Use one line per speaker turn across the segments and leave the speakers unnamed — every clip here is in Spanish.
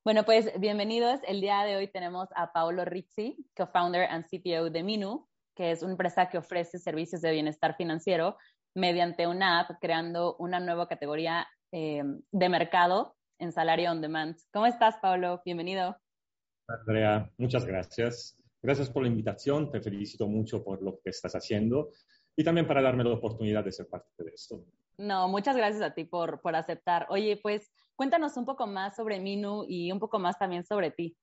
Bueno, pues bienvenidos. El día de hoy tenemos a Paolo Rizzi, co-founder and CTO de Minu, que es una empresa que ofrece servicios de bienestar financiero mediante una app, creando una nueva categoría de mercado en salario on demand. ¿Cómo estás, Paolo? Bienvenido.
Andrea, muchas gracias. Gracias por la invitación. Te felicito mucho por lo que estás haciendo y también para darme la oportunidad de ser parte de esto.
No, muchas gracias a ti por aceptar. Oye, pues cuéntanos un poco más sobre Minu y un poco más también sobre ti.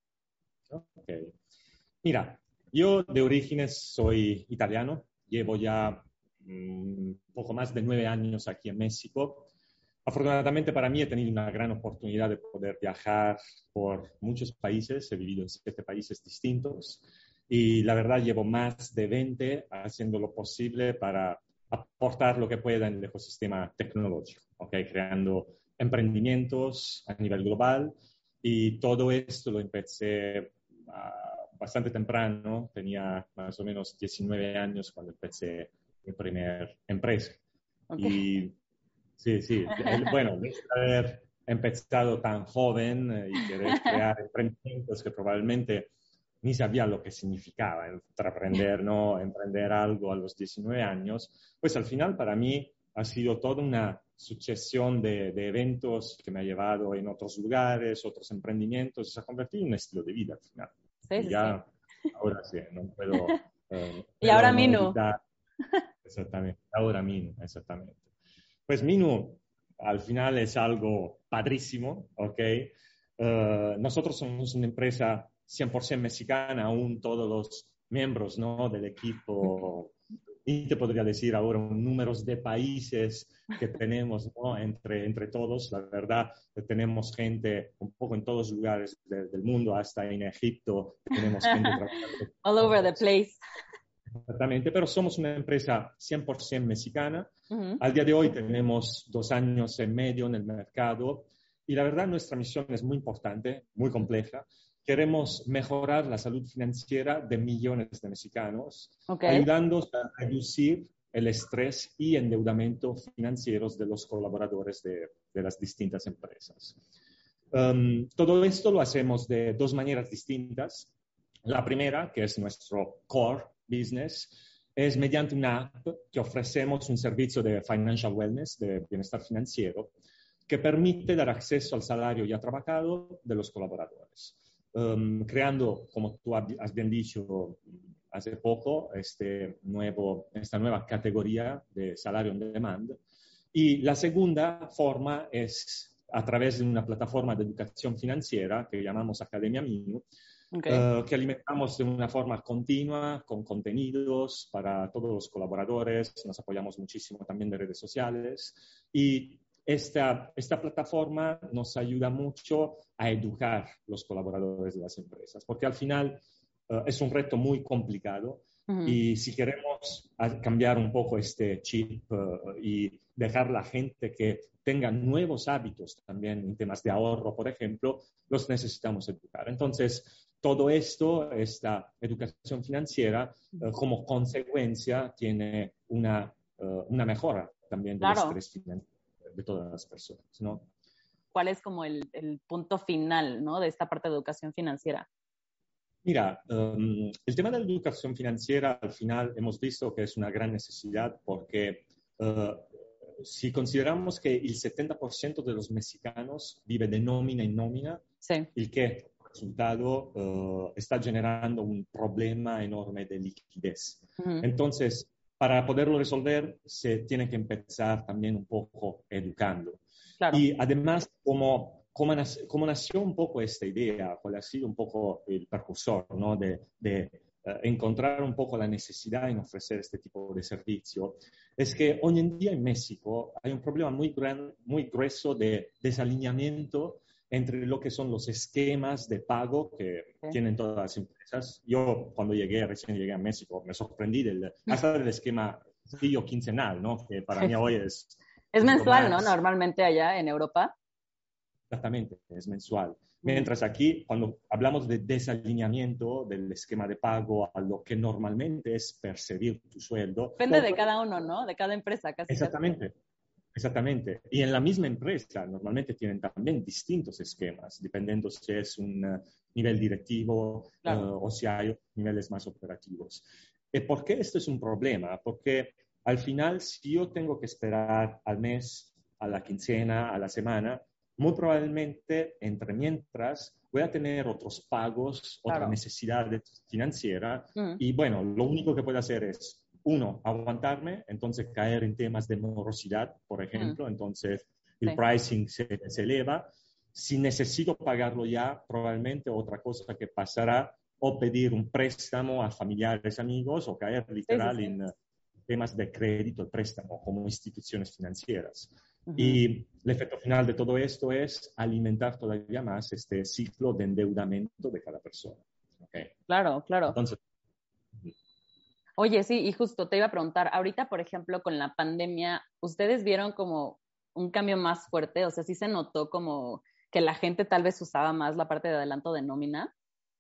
Okay. Mira, yo de orígenes soy italiano. Llevo ya poco más de 9 años aquí en México. Afortunadamente para mí he tenido una gran oportunidad de poder viajar por muchos países. He vivido en 7 países distintos y la verdad llevo más de 20 haciendo lo posible para aportar lo que pueda en el ecosistema tecnológico, ¿okay? Creando emprendimientos a nivel global y todo esto lo empecé bastante temprano. Tenía más o menos 19 años cuando empecé mi primer empresa.
Okay.
Y sí. Bueno, desde haber empezado tan joven y querer crear emprendimientos que probablemente ni sabía lo que significaba emprender, ¿no? Emprender algo a los 19 años, pues al final para mí ha sido toda una sucesión de eventos que me ha llevado en otros lugares, otros emprendimientos, y se ha convertido en un estilo de vida al final.
Sí,
Y
sí, sí.
ya, ahora sí, no
Y ahora
puedo no
Minu.
olvidar exactamente, ahora mismo, exactamente. Pues Minu, al final es algo padrísimo, ¿ok? Nosotros somos una empresa 100% mexicana, aún todos los miembros, ¿no?, del equipo, y te podría decir ahora números de países que tenemos, ¿no?, entre todos. La verdad, tenemos gente un poco en todos los lugares del mundo, hasta en Egipto, tenemos gente trabajando.
All over the place.
Exactamente, pero somos una empresa 100% mexicana.
Ujú.
Al día de hoy tenemos 2 años y medio en el mercado y la verdad nuestra misión es muy importante, muy compleja. Queremos mejorar la salud financiera de millones de mexicanos,
Ok,
ayudándolos a reducir el estrés y endeudamiento financieros de los colaboradores de las distintas empresas. Todo esto lo hacemos de 2 maneras distintas. La primera, que es nuestro core business, es mediante una app que ofrecemos un servicio de financial wellness, de bienestar financiero, que permite dar acceso al salario ya trabajado de los colaboradores. Creando, como tú has bien dicho hace poco, esta nueva categoría de salario on demand. Y la segunda forma es a través de una plataforma de educación financiera que llamamos Academia Minu,
ok.
que alimentamos de una forma continua con contenidos para todos los colaboradores. Nos apoyamos muchísimo también de redes sociales y esta plataforma nos ayuda mucho a educar los colaboradores de las empresas, porque al final es un reto muy complicado
Ujú.
y si queremos cambiar un poco este chip y dejar la gente que tenga nuevos hábitos también en temas de ahorro, por ejemplo, los necesitamos educar. Entonces, todo esto, esta educación financiera, como consecuencia, tiene una mejora también del
Claro.
estrés financiero de todas las personas, ¿no?
¿Cuál es como el punto final, ¿no? De esta parte de educación financiera?
Mira, el tema de la educación financiera al final hemos visto que es una gran necesidad porque si consideramos que el 70% de los mexicanos vive de nómina en nómina,
Sí.
el que resultado está generando un problema enorme de liquidez.
Ujú.
Entonces, para poderlo resolver, se tiene que empezar también un poco educando.
Claro.
Y además, como nació un poco esta idea, cuál ha sido un poco el precursor, ¿no?, de encontrar un poco la necesidad en ofrecer este tipo de servicio, es que hoy en día en México hay un problema muy grueso de desalineamiento entre lo que son los esquemas de pago que
Sí.
tienen todas las empresas. Yo cuando recién llegué a México, me sorprendí hasta del esquema frío quincenal, ¿no?, que para mí hoy es
Es
mucho
mensual, ¿no?
más.
Normalmente allá en Europa.
Exactamente, es mensual.
Ujú.
Mientras aquí, cuando hablamos de desalineamiento del esquema de pago a lo que normalmente es percibir tu sueldo,
Depende de cada uno, ¿no? De cada empresa, casi, casi.
exactamente, Exactamente. Y en la misma empresa normalmente tienen también distintos esquemas, dependiendo si es un nivel directivo
Claro,
o si hay niveles más operativos. ¿Por qué esto es un problema? Porque al final, si yo tengo que esperar al mes, a la quincena, a la semana, muy probablemente entre mientras voy a tener otros pagos, otra
claro.
necesidad financiera
Mm,
y bueno, lo único que puedo hacer es uno, aguantarme, entonces caer en temas de morosidad, por
mm,
ejemplo, entonces el
sí,
pricing se eleva. Si necesito pagarlo ya, probablemente otra cosa que pasará, o pedir un préstamo a familiares, amigos, o caer
sí, sí,
literal
sí.
en temas de crédito, préstamo, como instituciones financieras.
Ujú.
Y el efecto final de todo esto es alimentar todavía más este ciclo de endeudamiento de cada persona. ¿Okay?
Claro, claro.
Entonces,
Oye, sí, y justo te iba a preguntar, ahorita, por ejemplo, con la pandemia, ¿ustedes vieron como un cambio más fuerte? O sea, sí se notó como que la gente tal vez usaba más la parte de adelanto de nómina.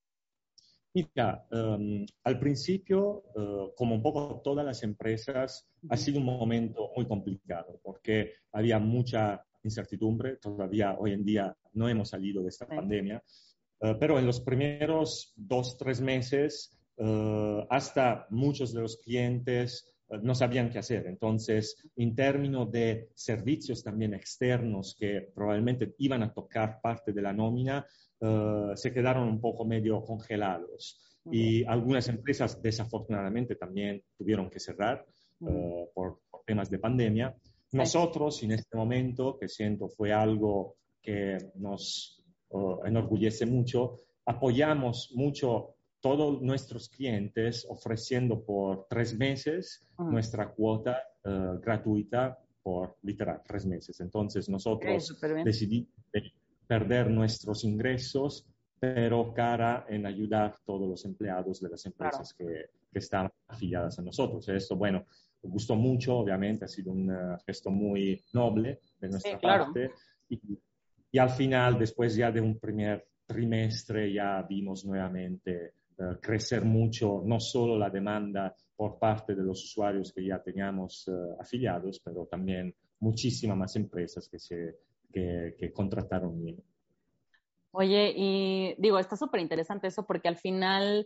mira, al principio, como un poco todas las empresas, ha
Ujú.
sido un momento muy complicado porque había mucha incertidumbre. Todavía hoy en día no hemos salido de esta
Sí.
pandemia, pero en los primeros 2, 3 meses, hasta muchos de los clientes no sabían qué hacer. Entonces, en términos de servicios también externos que probablemente iban a tocar parte de la nómina, se quedaron un poco medio congelados.
Ok.
Y algunas empresas desafortunadamente también tuvieron que cerrar
Mm,
por temas de pandemia.
sí,
Nosotros en este momento, que siento fue algo que nos enorgullece mucho, apoyamos mucho todos nuestros clientes ofreciendo por 3 meses
ujú.
nuestra cuota gratuita por literal 3 meses. Entonces
Ok,
nosotros
súper bien.
decidimos perder nuestros ingresos, pero cara en ayudar a todos los empleados de las
Claro.
empresas que están afiliadas a nosotros. Esto, bueno, me gustó mucho, obviamente, ha sido un gesto muy noble de
Sí,
nuestra
claro.
parte y al final, después ya de un primer trimestre, ya vimos nuevamente crecer mucho, no solo la demanda por parte de los usuarios que ya teníamos afiliados, pero también muchísimas más empresas que contrataron Minu.
Oye, y digo, está súper interesante eso porque al final,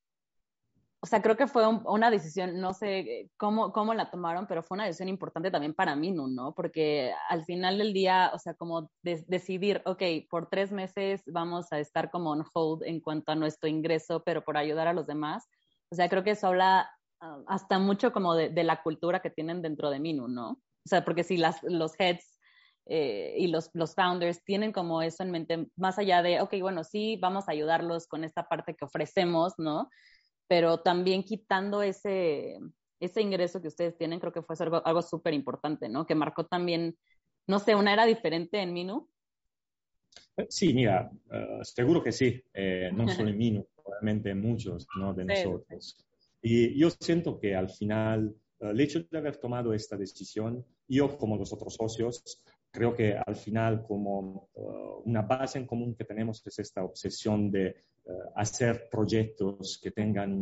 o sea, creo que fue una decisión, no sé cómo la tomaron, pero fue una decisión importante también para mí, ¿no? Porque al final del día, o sea, como decidir, ok, por 3 meses vamos a estar como on hold en cuanto a nuestro ingreso, pero por ayudar a los demás. O sea, creo que eso habla hasta mucho como de la cultura que tienen dentro de Minu, ¿no? O sea, porque si los heads y los founders tienen como eso en mente, más allá de, ok, bueno, sí, vamos a ayudarlos con esta parte que ofrecemos, ¿no? Pero también quitando ese ingreso que ustedes tienen, creo que fue algo súper importante, ¿no? Que marcó también, no sé, una era diferente en Minu.
Sí, mira, seguro que sí, no solo en Minu, probablemente en muchos, ¿no? de
Sí, sí, sí.
nosotros. Y yo siento que al final, el hecho de haber tomado esta decisión, yo como los otros socios, creo que al final como una base en común que tenemos es esta obsesión de hacer proyectos que tengan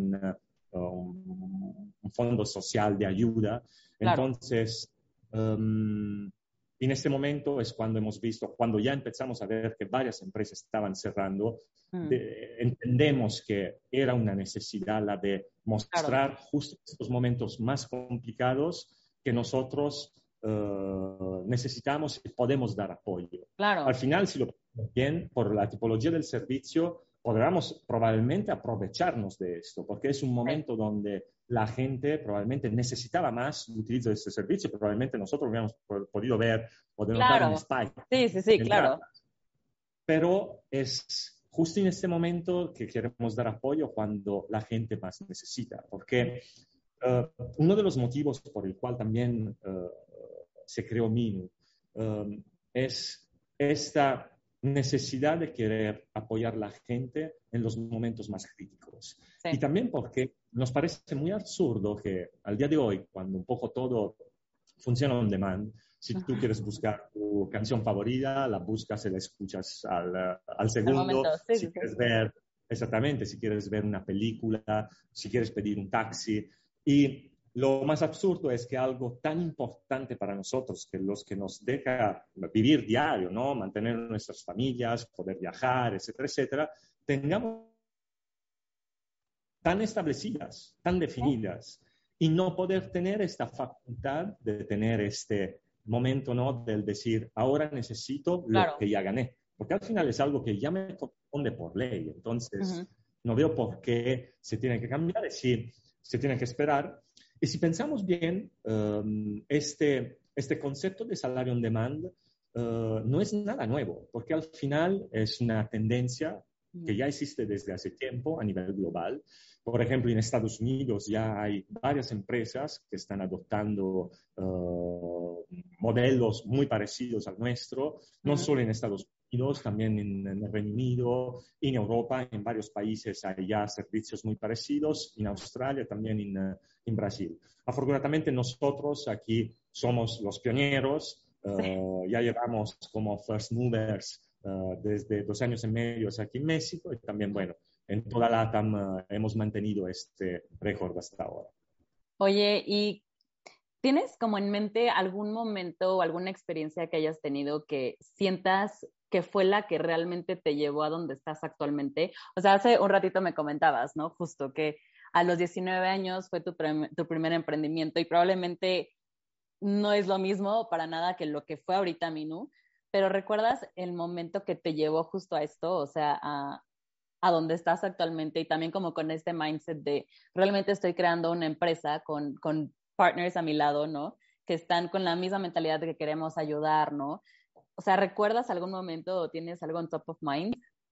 un fondo social de ayuda.
Claro.
Entonces, um, en este momento es cuando hemos visto, cuando ya empezamos a ver que varias empresas estaban cerrando,
Mm,
entendemos que era una necesidad la de
claro,
mostrar justo en estos momentos más complicados que nosotros necesitamos y podemos dar apoyo. Al
claro.
final, si lo pensamos bien, por la tipología del servicio, podríamos probablemente aprovecharnos de esto, porque es un
Sí.
momento donde la gente probablemente necesitaba más el utilizo de este servicio, probablemente nosotros hubiéramos podido ver o denotar un
Claro.
spike
Sí, sí, sí,
de
claro.
entradas. Pero es justo en este momento que queremos dar apoyo cuando la gente más necesita, porque uno de los motivos por el cual también se creó Minu es esta necesidad de querer apoyar a la gente en los momentos más críticos. Y
Sí.
también porque nos parece muy absurdo que al día de hoy, cuando un poco todo funciona on demand, si tú quieres buscar tu canción favorita, la buscas y la escuchas al
Al momento.
segundo.
Sí,
Si
sí, sí.
quieres ver, exactamente, si quieres ver una película, si quieres pedir un taxi. Y lo más absurdo es que algo tan importante para nosotros, que los que nos deja vivir diario, ¿no? Mantener nuestras familias, poder viajar, etcétera, etcétera, tengamos tan establecidas, tan definidas, y no poder tener esta facultad de tener este momento, ¿no? Del decir, ahora necesito lo que ya gané, porque al final es algo que ya me corresponde por ley, entonces no veo por qué se tiene que cambiar, es decir, se tiene que esperar. Y si pensamos bien, este concepto de salario on demand no es nada nuevo, porque al final es una tendencia que ya existe desde hace tiempo a nivel global. Por ejemplo, en Estados Unidos ya hay varias empresas que están adoptando modelos muy parecidos al nuestro, no solo en Estados Unidos, también en el Reino Unido, en Europa, en varios países hay ya servicios muy parecidos, en Australia, también en Brasil. Afortunadamente nosotros aquí somos los pioneros, ya llevamos como first movers desde 2 años y medio aquí en México y también, bueno, en toda LATAM hemos mantenido este récord hasta ahora.
Oye, ¿y tienes como en mente algún momento o alguna experiencia que hayas tenido que sientas que fue la que realmente te llevó a donde estás actualmente? O sea, hace un ratito me comentabas, ¿no? Justo que a los 19 años fue tu primer emprendimiento y probablemente no es lo mismo para nada que lo que fue ahorita Minú, pero ¿recuerdas el momento que te llevó justo a esto? O sea, a donde estás actualmente y también como con este mindset de realmente estoy creando una empresa con partners a mi lado, ¿no? Que están con la misma mentalidad de que queremos ayudar, ¿no? O sea, ¿recuerdas algún momento o tienes algo en top of mind?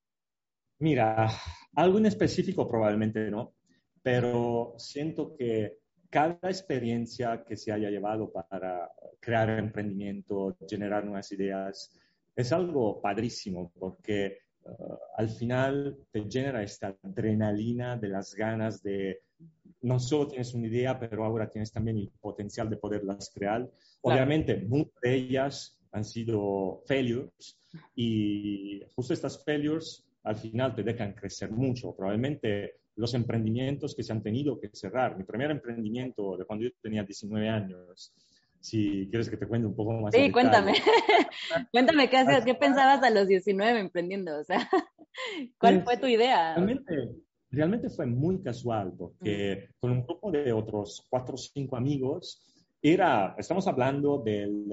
Mira, algo en específico probablemente no, pero siento que cada experiencia que se haya llevado para crear emprendimiento, generar nuevas ideas, es algo padrísimo porque al final te genera esta adrenalina de las ganas de, no solo tienes una idea, pero ahora tienes también el potencial de poderlas crear. Claro. Obviamente, muchas de ellas han sido failures y justo estas failures al final te dejan crecer mucho. Probablemente los emprendimientos que se han tenido que cerrar. Mi primer emprendimiento de cuando yo tenía 19 años, si quieres que te cuente un poco más.
Sí, cuéntame. Cuéntame qué pensabas a los 19 emprendiendo. O sea, ¿cuál fue tu idea?
Realmente fue muy casual porque con un grupo de otros 4 o 5 amigos, estamos hablando del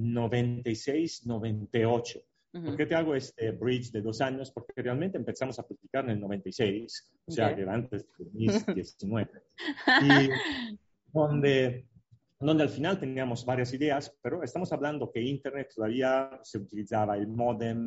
96-98. ¿Por qué te hago este bridge de 2 años? Porque realmente empezamos a practicar en el 96, o sea, que era antes de 2019. Y donde al final teníamos varias ideas, pero estamos hablando que Internet todavía se utilizaba el modem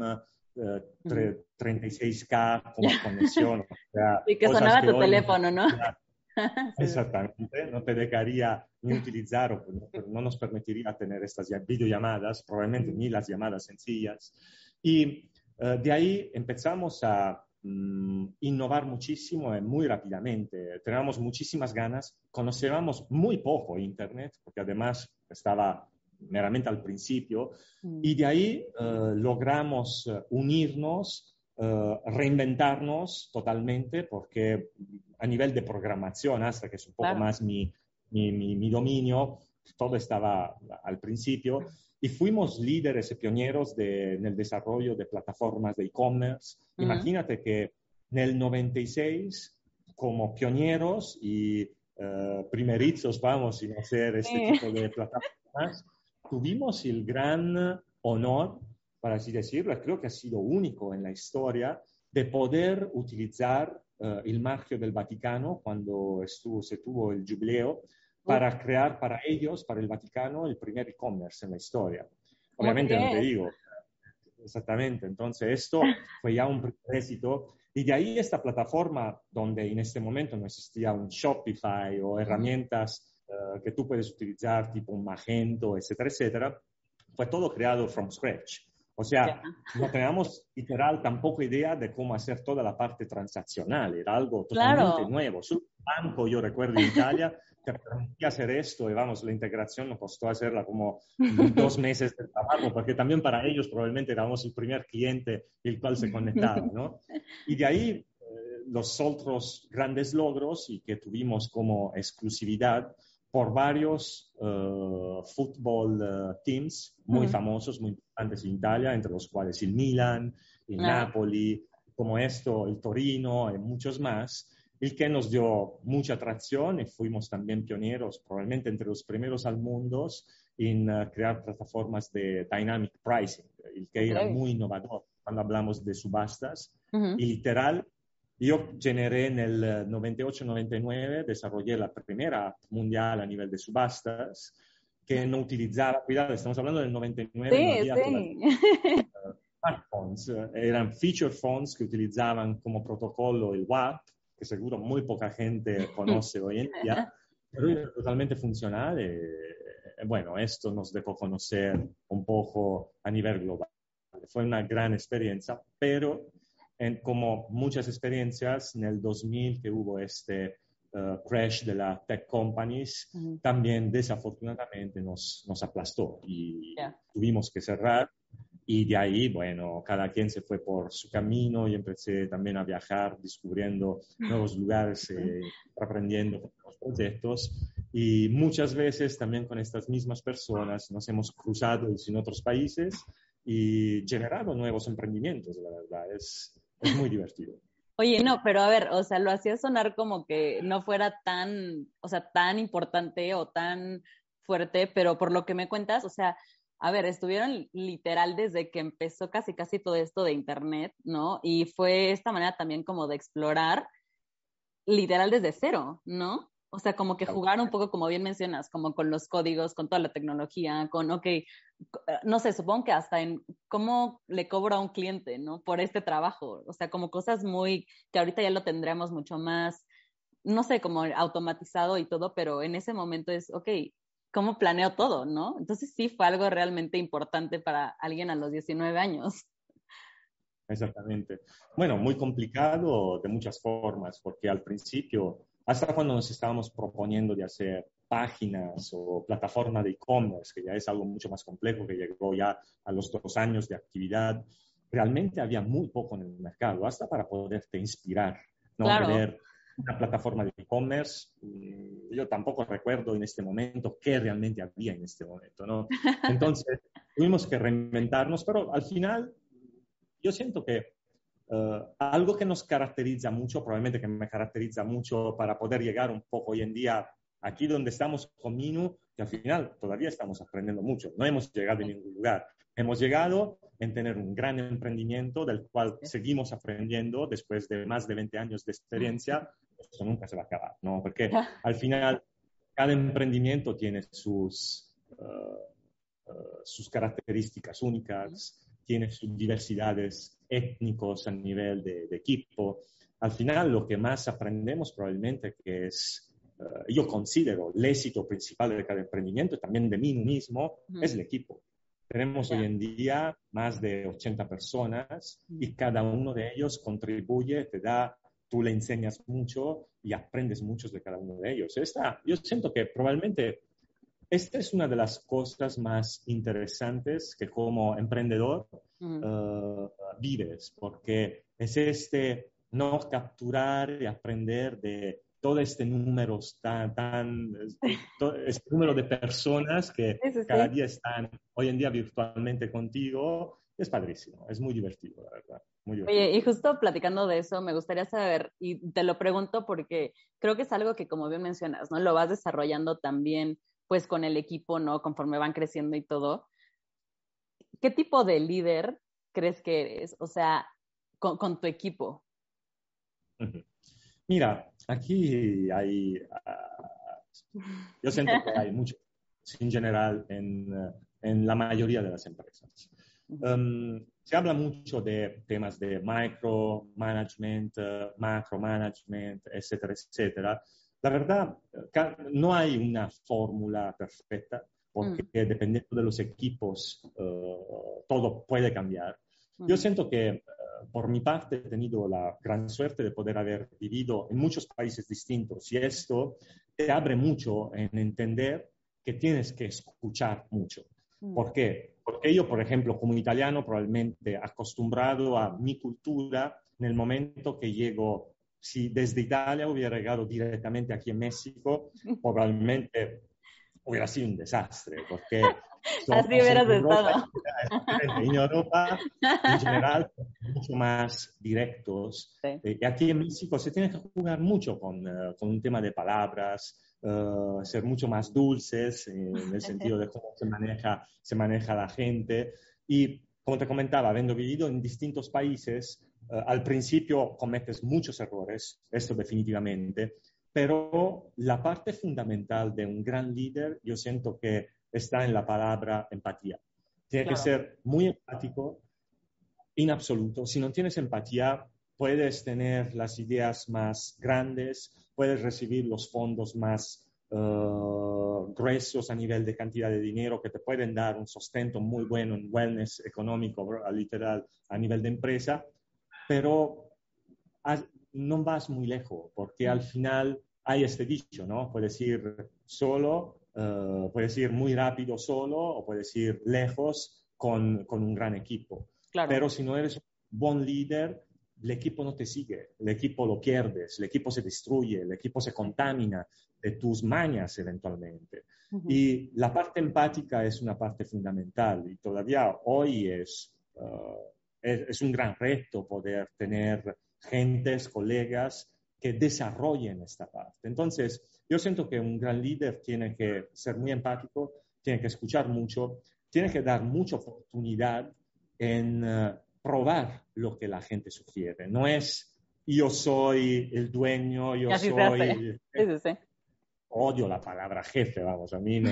36K como conexión. O sea,
y que sonaba tu teléfono, ¿no?
Exactamente, no te dejaría ni utilizar o no nos permitiría tener estas videollamadas, probablemente ni las llamadas sencillas. Y de ahí empezamos a innovar muchísimo y muy rápidamente. Teníamos muchísimas ganas, conocíamos muy poco Internet, porque además estaba meramente al principio, y de ahí logramos unirnos, reinventarnos totalmente, porque a nivel de programación, hasta que es un poco más mi dominio, todo estaba al principio, y fuimos líderes y pioneros en el desarrollo de plataformas de e-commerce. Imagínate que en el 96, como pioneros y primerizos, vamos, en hacer este tipo de plataformas, tuvimos el gran honor, para así decirlo, creo que ha sido único en la historia, de poder utilizar el marco del Vaticano cuando se tuvo el jubileo para crear para ellos, para el Vaticano, el primer e-commerce en la historia. Obviamente no te digo exactamente, entonces esto fue ya un éxito. Y de ahí esta plataforma, donde en este momento no existía un Shopify o herramientas que tú puedes utilizar, tipo un Magento, etcétera, etcétera, fue todo creado from scratch. O sea, no teníamos literal tampoco idea de cómo hacer toda la parte transaccional. Era algo totalmente nuevo. Su banco, yo recuerdo en Italia, te permitía hacer esto y vamos, la integración nos costó hacerla como 2 meses de trabajo, porque también para ellos probablemente éramos el primer cliente el cual se conectaba, ¿no? Y de ahí los otros grandes logros y que tuvimos como exclusividad, por varios fútbol teams muy famosos, muy importantes en Italia, entre los cuales el Milan, el Napoli, como esto, el Torino y muchos más, el que nos dio mucha atracción y fuimos también pioneros, probablemente entre los primeros al mundo, en crear plataformas de dynamic pricing, el que era muy innovador cuando hablamos de subastas. Y literal, yo generé en el 98-99, desarrollé la primera app mundial a nivel de subastas, que no utilizaba, cuidado, estamos hablando del 99, no había smartphones, eran feature phones que utilizaban como protocolo el WAP, que seguro muy poca gente conoce hoy en día, pero era totalmente funcional. Bueno, esto nos dejó conocer un poco a nivel global. Fue una gran experiencia, pero como muchas experiencias, en el 2000 que hubo este crash de las tech companies, también desafortunadamente nos aplastó y tuvimos que cerrar. Y de ahí, bueno, cada quien se fue por su camino y empecé también a viajar, descubriendo nuevos lugares, aprendiendo nuevos proyectos. Y muchas veces también con estas mismas personas nos hemos cruzado en otros países y generado nuevos emprendimientos, la verdad. Es muy divertido.
Oye, no, pero a ver, o sea, lo hacía sonar como que no fuera tan, o sea, tan importante o tan fuerte, pero por lo que me cuentas, o sea, a ver, estuvieron literal desde que empezó casi todo esto de internet, ¿no? Y fue esta manera también como de explorar literal desde cero, ¿no? O sea, como que jugar un poco, como bien mencionas, como con los códigos, con toda la tecnología, con, no sé, supongo que hasta en cómo le cobro a un cliente, ¿no? Por este trabajo. O sea, como cosas muy, que ahorita ya lo tendremos mucho más, no sé, como automatizado y todo, pero en ese momento es, ¿cómo planeo todo, no? Entonces sí fue algo realmente importante para alguien a los 19 años.
Exactamente. Bueno, muy complicado de muchas formas, porque al principio, hasta cuando nos estábamos proponiendo de hacer páginas o plataforma de e-commerce, que ya es algo mucho más complejo, que llegó ya a los 2 años de actividad, realmente había muy poco en el mercado, hasta para poderte inspirar, ¿no?
Claro.
De ver una plataforma de e-commerce. Yo tampoco recuerdo en este momento qué realmente había en este momento, ¿no? Entonces, tuvimos que reinventarnos, pero al final yo siento que algo que nos caracteriza mucho, probablemente que me caracteriza mucho para poder llegar un poco hoy en día aquí donde estamos con Minu, que al final todavía estamos aprendiendo mucho, no hemos llegado a ningún lugar. Hemos llegado en tener un gran emprendimiento del cual seguimos aprendiendo después de más de 20 años de experiencia. Eso nunca se va a acabar, ¿no? Porque al final cada emprendimiento tiene sus características únicas, tiene sus diversidades étnicos a nivel de equipo. Al final, lo que más aprendemos probablemente que es, yo considero el éxito principal de cada emprendimiento, también de mí mismo, es el equipo. Tenemos hoy en día más de 80 personas y cada uno de ellos contribuye, tú le enseñas mucho y aprendes mucho de cada uno de ellos. Yo siento que probablemente esta es una de las cosas más interesantes que como emprendedor vives, porque es no capturar y aprender de todo este número este número de personas que cada día están hoy en día virtualmente contigo. Es padrísimo, es muy divertido, la verdad. Muy divertido.
Oye, y justo platicando de eso, me gustaría saber, y te lo pregunto porque creo que es algo que, como bien mencionas, ¿no? Lo vas desarrollando también, pues, con el equipo, ¿no? Conforme van creciendo y todo. ¿Qué tipo de líder crees que eres? O sea, con tu equipo.
Mira, aquí yo siento que hay mucho en general en la mayoría de las empresas. Se habla mucho de temas de micromanagement, macromanagement, etcétera, etcétera. La verdad, no hay una fórmula perfecta porque dependiendo de los equipos, todo puede cambiar. Yo siento que por mi parte he tenido la gran suerte de poder haber vivido en muchos países distintos y esto te abre mucho en entender que tienes que escuchar mucho. ¿Por qué? Porque yo, por ejemplo, como italiano, probablemente acostumbrado a mi cultura, en el momento que llego, si desde Italia hubiera llegado directamente aquí en México, probablemente hubiera sido un desastre, porque
así hubieras estado.
En Europa, en general, son mucho más directos.
Sí.
Y aquí en México se tiene que jugar mucho con un tema de palabras, ser mucho más dulces en el sentido de cómo se maneja la gente. Y como te comentaba, habiendo vivido en distintos países, al principio cometes muchos errores, esto definitivamente, pero la parte fundamental de un gran líder, yo siento que está en la palabra empatía. Tiene que
Claro.
ser muy empático, en absoluto. Si no tienes empatía, puedes tener las ideas más grandes, puedes recibir los fondos más gruesos a nivel de cantidad de dinero que te pueden dar un sustento muy bueno en wellness económico, literal, a nivel de empresa, pero no vas muy lejos, porque al final hay este dicho, ¿no? Puedes ir solo, puedes ir muy rápido solo o puedes ir lejos con un gran equipo.
Claro.
Pero si no eres un buen líder, el equipo no te sigue, el equipo lo pierdes, el equipo se destruye, el equipo se contamina de tus mañas eventualmente. Y la parte empática es una parte fundamental y todavía hoy es un gran reto poder tener gentes, colegas que desarrollen esta parte. Entonces, yo siento que un gran líder tiene que ser muy empático, tiene que escuchar mucho, tiene que dar mucha oportunidad en probar lo que la gente sugiere. No es yo soy el dueño, yo
así
soy...
Sí.
Odio la palabra jefe, vamos, a mí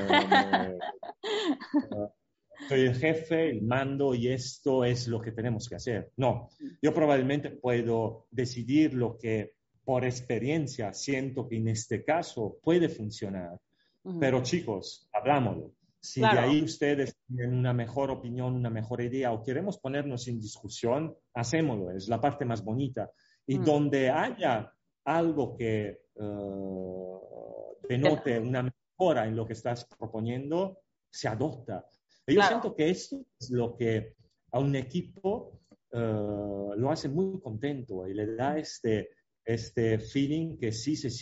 soy el jefe, el mando y esto es lo que tenemos que hacer. No, yo probablemente puedo decidir lo que por experiencia siento que en este caso puede funcionar. Pero chicos, hablámoslo. Si
claro.
de ahí ustedes tienen una mejor opinión, una mejor idea o queremos ponernos en discusión, hacémoslo. Es la parte más bonita. Y donde haya algo que denote una mejora en lo que estás proponiendo, se adopta. Yo siento que esto es lo que a un equipo lo hace muy contento y le da este feeling que sí se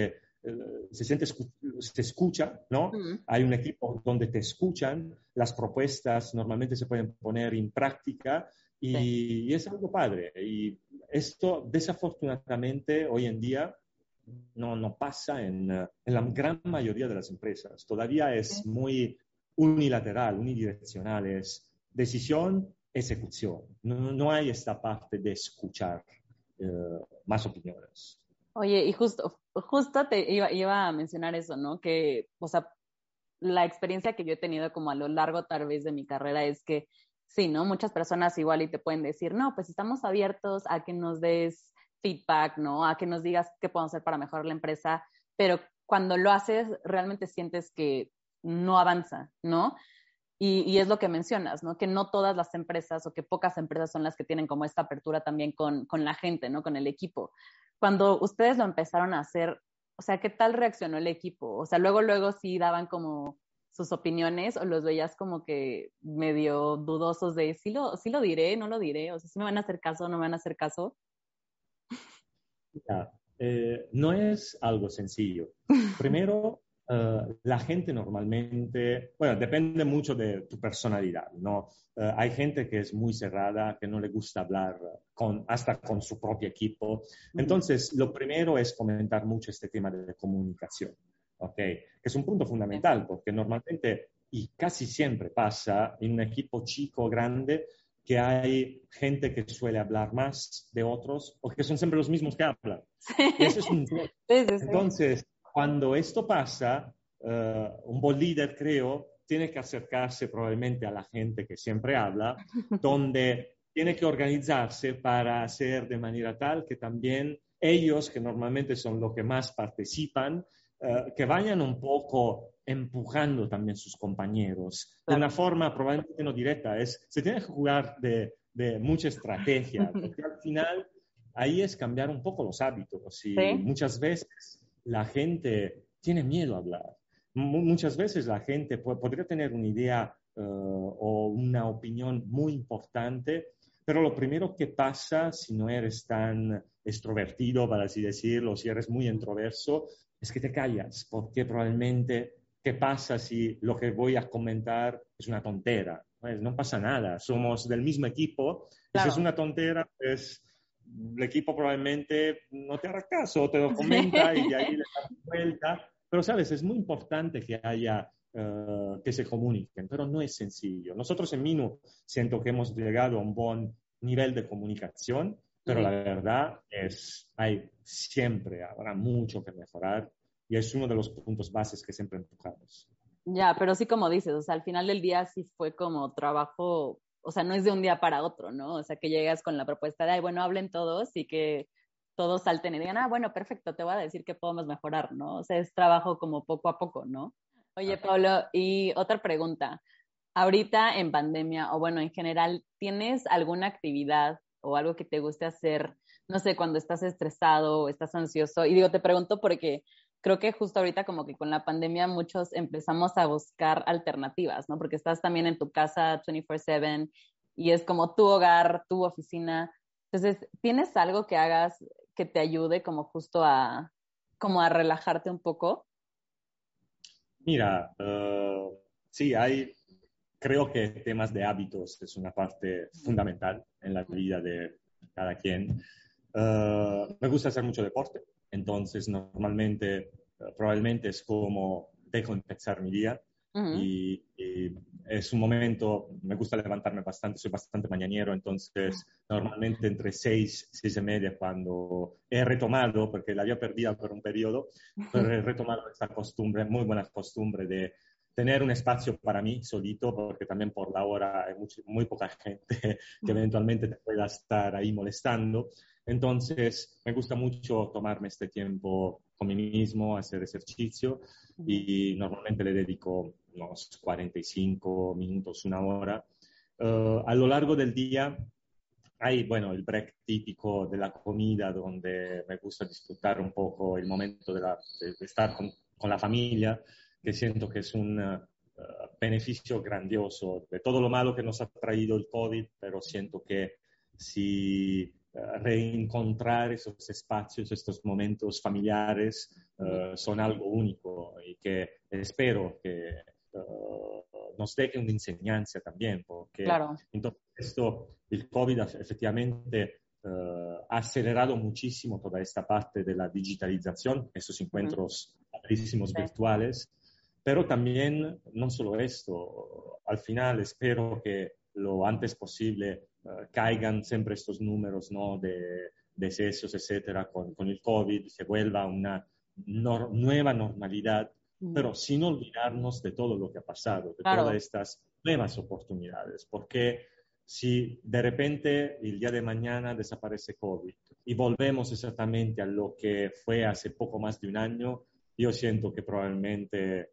escucha, ¿no? Hay un equipo donde te escuchan, las propuestas normalmente se pueden poner en práctica y es algo padre. Y esto, desafortunadamente, hoy en día no pasa en la gran mayoría de las empresas. Todavía es muy unilateral, unidireccional, es decisión, ejecución. No hay esta parte de escuchar más opiniones.
Oye, y justo te iba a mencionar eso, ¿no? Que, o sea, la experiencia que yo he tenido como a lo largo tal vez de mi carrera es que sí, ¿no? Muchas personas igual y te pueden decir, no, pues estamos abiertos a que nos des feedback, ¿no? A que nos digas qué podemos hacer para mejorar la empresa, pero cuando lo haces realmente sientes que no avanza, ¿no? Y es lo que mencionas, ¿no? Que no todas las empresas o que pocas empresas son las que tienen como esta apertura también con la gente, ¿no? Con el equipo. Cuando ustedes lo empezaron a hacer, o sea, ¿qué tal reaccionó el equipo? O sea, luego sí daban como sus opiniones o los veías como que medio dudosos de sí lo diré, no lo diré, o sea, si me van a hacer caso, no me van a hacer caso.
No es algo sencillo. Primero, la gente normalmente, bueno, depende mucho de tu personalidad, ¿no? Hay gente que es muy cerrada, que no le gusta hablar hasta con su propio equipo. Entonces, lo primero es fomentar mucho este tema de comunicación, ¿ok? Que es un punto fundamental, porque normalmente, y casi siempre pasa en un equipo chico o grande, que hay gente que suele hablar más de otros, o que son siempre los mismos que hablan. Y eso es un... Entonces, cuando esto pasa, un buen líder, creo, tiene que acercarse probablemente a la gente que siempre habla, donde tiene que organizarse para hacer de manera tal que también ellos, que normalmente son los que más participan, que vayan un poco empujando también sus compañeros de una forma probablemente no directa. Se tiene que jugar de mucha estrategia, porque al final ahí es cambiar un poco los hábitos y muchas veces la gente tiene miedo a hablar. Muchas veces la gente podría tener una idea o una opinión muy importante, pero lo primero que pasa si no eres tan extrovertido, para así decirlo, si eres muy introverso, es que te callas, porque probablemente ¿qué pasa si lo que voy a comentar es una tontera? Pues no pasa nada, somos del mismo equipo y si es
Claro.
una tontera, pues el equipo probablemente no te hará caso, te lo comenta y de ahí le das vuelta. Pero, ¿sabes? Es muy importante que haya, que se comuniquen, pero no es sencillo. Nosotros en Minu siento que hemos llegado a un buen nivel de comunicación, pero la verdad es, siempre habrá mucho que mejorar y es uno de los puntos bases que siempre empujamos.
Ya, pero sí como dices, o sea, al final del día sí fue como trabajo, o sea, no es de un día para otro, ¿no? O sea, que llegas con la propuesta de, ay, bueno, hablen todos y que todos salten y digan, ah, bueno, perfecto, te voy a decir que podemos mejorar, ¿no? O sea, es trabajo como poco a poco, ¿no? Oye, Pablo, y otra pregunta. Ahorita en pandemia, o bueno, en general, ¿tienes alguna actividad o algo que te guste hacer, no sé, cuando estás estresado o estás ansioso? Y digo, te pregunto porque creo que justo ahorita como que con la pandemia muchos empezamos a buscar alternativas, ¿no? Porque estás también en tu casa 24/7 y es como tu hogar, tu oficina. Entonces, ¿tienes algo que hagas que te ayude como justo a, como a relajarte un poco?
Mira, sí, creo que temas de hábitos es una parte fundamental en la vida de cada quien. Me gusta hacer mucho deporte, entonces normalmente, probablemente es como dejo empezar mi día
Ujú.
y es un momento, me gusta levantarme bastante, soy bastante mañanero, entonces normalmente entre 6, 6:30 cuando he retomado, porque la había perdido por un periodo, pero he retomado esta costumbre, muy buena costumbre de tener un espacio para mí solito, porque también por la hora hay muy poca gente que eventualmente te pueda estar ahí molestando. Entonces, me gusta mucho tomarme este tiempo con mí mismo, hacer ejercicio y normalmente le dedico unos 45 minutos, una hora. A lo largo del día hay, bueno, el break típico de la comida donde me gusta disfrutar un poco el momento de estar con la familia, que siento que es un beneficio grandioso de todo lo malo que nos ha traído el COVID, pero siento que si reencontrar esos espacios, estos momentos familiares, son algo único y que espero que nos deje una enseñanza también, porque
Claro.
entonces esto, el COVID efectivamente ha acelerado muchísimo toda esta parte de la digitalización, esos
Ujú.
encuentros padrísimos
Sí.
virtuales, pero también no solo esto, al final espero que lo antes posible caigan siempre estos números, ¿no? de decesos, etcétera, con el COVID, se vuelva una nueva normalidad,
Ujú.
pero sin olvidarnos de todo lo que ha pasado, de todas
Claro.
estas nuevas oportunidades, porque si de repente el día de mañana desaparece COVID y volvemos exactamente a lo que fue hace poco más de un año, yo siento que probablemente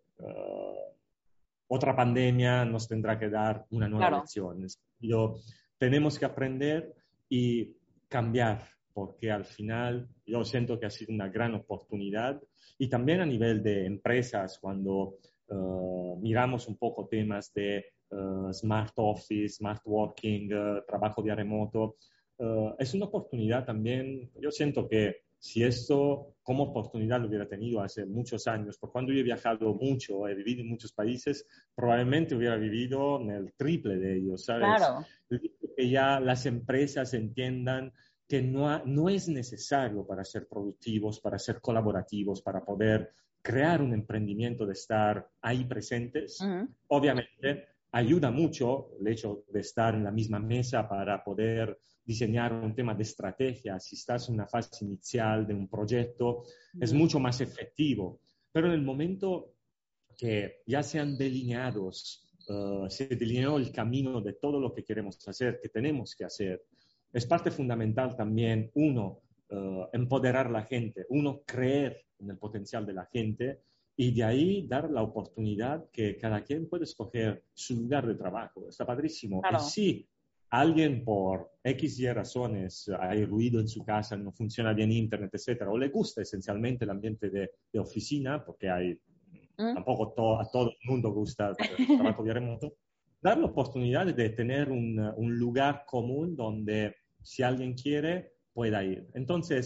otra pandemia nos tendrá que dar una nueva
Claro.
lección. Tenemos que aprender y cambiar, porque al final yo siento que ha sido una gran oportunidad y también a nivel de empresas, cuando miramos un poco temas de smart office, smart working, trabajo de remoto, es una oportunidad también. Yo siento que si esto como oportunidad lo hubiera tenido hace muchos años, por cuando yo he viajado mucho, he vivido en muchos países, probablemente hubiera vivido en el triple de ellos, ¿sabes?
Claro.
Que ya las empresas entiendan que no es necesario para ser productivos, para ser colaborativos, para poder crear un emprendimiento de estar ahí presentes.
Ujú.
Obviamente, ayuda mucho el hecho de estar en la misma mesa para poder diseñar un tema de estrategia. Si estás en una fase inicial de un proyecto, es
Ujú.
mucho más efectivo. Pero en el momento que ya sean delineados, se delineó el camino de todo lo que queremos hacer, que tenemos que hacer, es parte fundamental también, uno, empoderar a la gente, uno, creer en el potencial de la gente y de ahí dar la oportunidad que cada quien puede escoger su lugar de trabajo. Está padrísimo. Y
Claro.
si alguien por X y razones, hay ruido en su casa, no funciona bien internet, etcétera, o le gusta esencialmente el ambiente de oficina, porque
Ujú.
tampoco a todo el mundo gusta el trabajo de remoto, dar la oportunidad de tener un lugar común donde si alguien quiere pueda ir. Entonces,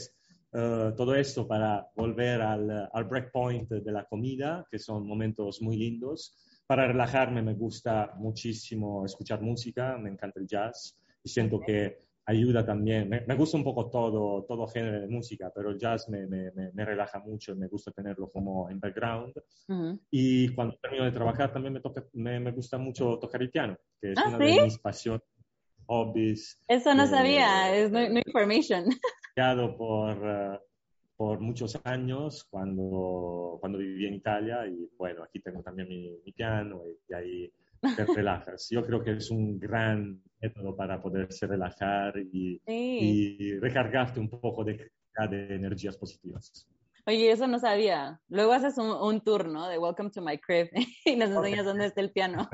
todo esto para volver al breakpoint de la comida, que son momentos muy lindos. Para relajarme me gusta muchísimo escuchar música, me encanta el jazz y siento que ayuda también. Me gusta un poco todo género de música, pero el jazz me relaja mucho y me gusta tenerlo como en background.
Ujú.
Y cuando termino de trabajar también me gusta mucho tocar el piano, que es
Ah,
una de
sí,
mis pasiones, hobbies,
eso no sabía, es
que
new information.
creado por muchos años cuando viví en Italia y bueno, aquí tengo también mi piano y ahí te relajas. Yo creo que es un gran método para poderse relajar
Sí.
y recargarte un poco de energías positivas.
Oye, eso no sabía. Luego haces un tour, ¿no? De Welcome to my crib y nos
Ok.
enseñas dónde está el piano.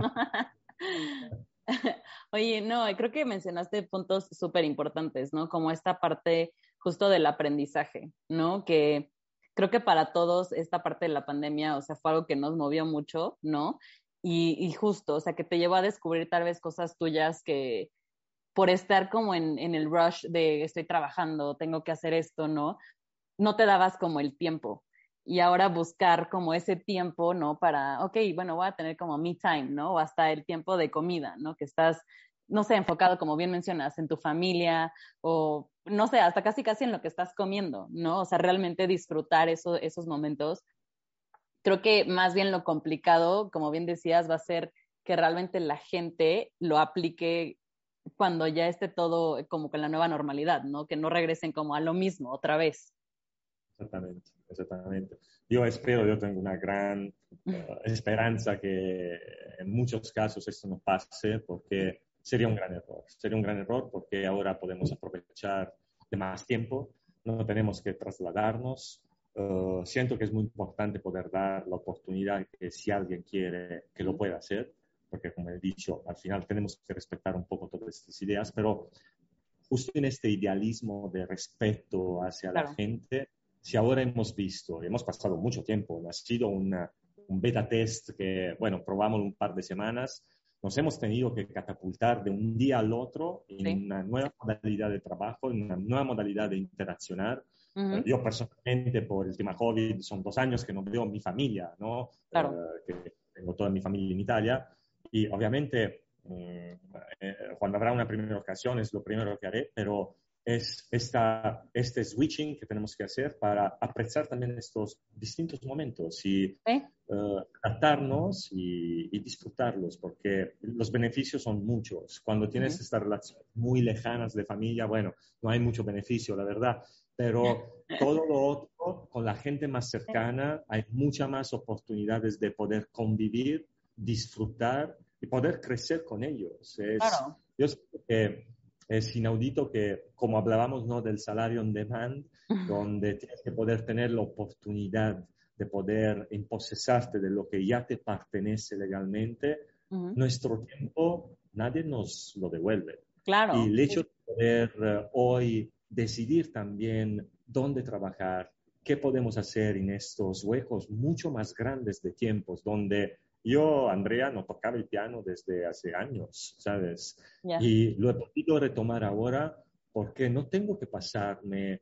Oye, no, creo que mencionaste puntos súper importantes, ¿no? Como esta parte justo del aprendizaje, ¿no? Que creo que para todos esta parte de la pandemia, o sea, fue algo que nos movió mucho, ¿no? Y justo, o sea, que te llevó a descubrir tal vez cosas tuyas que por estar como en el rush de estoy trabajando, tengo que hacer esto, ¿no? No te dabas como el tiempo. Y ahora buscar como ese tiempo, ¿no? Para, ok, bueno, voy a tener como me time, ¿no? O hasta el tiempo de comida, ¿no? Que estás, no sé, enfocado, como bien mencionas, en tu familia o, no sé, hasta casi casi en lo que estás comiendo, ¿no? O sea, realmente disfrutar esos momentos. Creo que más bien lo complicado, como bien decías, va a ser que realmente la gente lo aplique cuando ya esté todo como con la nueva normalidad, ¿no? Que no regresen como a lo mismo otra vez.
Exactamente, exactamente. Yo espero, yo tengo una gran esperanza que en muchos casos esto no pase porque sería un gran error. Sería un gran error porque ahora podemos aprovechar de más tiempo, no tenemos que trasladarnos. Siento que es muy importante poder dar la oportunidad que si alguien quiere que lo pueda hacer, porque como he dicho, al final tenemos que respetar un poco todas estas ideas, pero justo en este idealismo de respeto hacia la
Claro.
gente, si ahora hemos visto, hemos pasado mucho tiempo, no ha sido un beta test que, bueno, probamos un par de semanas, nos hemos tenido que catapultar de un día al otro en
Sí.
una nueva modalidad de trabajo, en una nueva modalidad de interaccionar.
Ujú.
Yo personalmente, por el tema COVID, son 2 años que no veo a mi familia, ¿no?
Claro.
Que tengo toda mi familia en Italia y obviamente cuando habrá una primera ocasión es lo primero que haré, pero es este switching que tenemos que hacer para apreciar también estos distintos momentos y
Sí.
adaptarnos y disfrutarlos, porque los beneficios son muchos. Cuando
Ujú.
tienes estas relaciones muy lejanas de familia, bueno, no hay mucho beneficio, la verdad, pero todo lo otro, con la gente más
Sí.
cercana, hay muchas más oportunidades de poder convivir, disfrutar y poder crecer con ellos.
Claro.
Yo sé que es inaudito que, como hablábamos, ¿no? Del salario on demand, donde tienes que poder tener la oportunidad de poder emposesarte de lo que ya te pertenece legalmente,
Ujú.
nuestro tiempo nadie nos lo devuelve. Y
Claro.
el hecho de poder hoy decidir también dónde trabajar, qué podemos hacer en estos huecos mucho más grandes de tiempos, donde yo, Andrea, no tocaba el piano desde hace años, ¿sabes?
Ya.
Y lo he podido retomar ahora porque no tengo que pasarme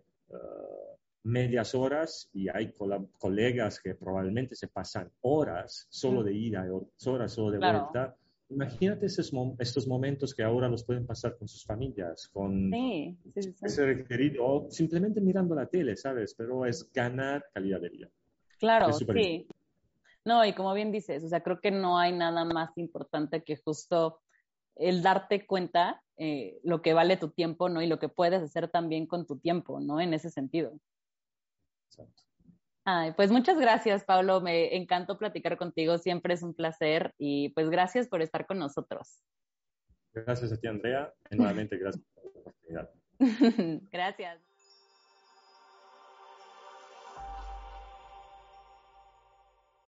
medias horas y hay colegas que probablemente se pasan horas solo
Mm.
de ida y horas solo de
Claro.
vuelta. Imagínate estos momentos que ahora los pueden pasar con sus familias, con
Sí, sí, sí, sí.
ese requerido, o simplemente mirando la tele, ¿sabes? Pero es ganar calidad de vida. Es
Claro,
súper
sí.
importante.
No, y como bien dices, o sea, creo que no hay nada más importante que justo el darte cuenta lo que vale tu tiempo, ¿no? Y lo que puedes hacer también con tu tiempo, ¿no? En ese sentido. Ay, pues muchas gracias, Pablo. Me encantó platicar contigo. Siempre es un placer y pues gracias por estar con nosotros.
Gracias a ti, Andrea, y nuevamente gracias por la oportunidad.
Gracias.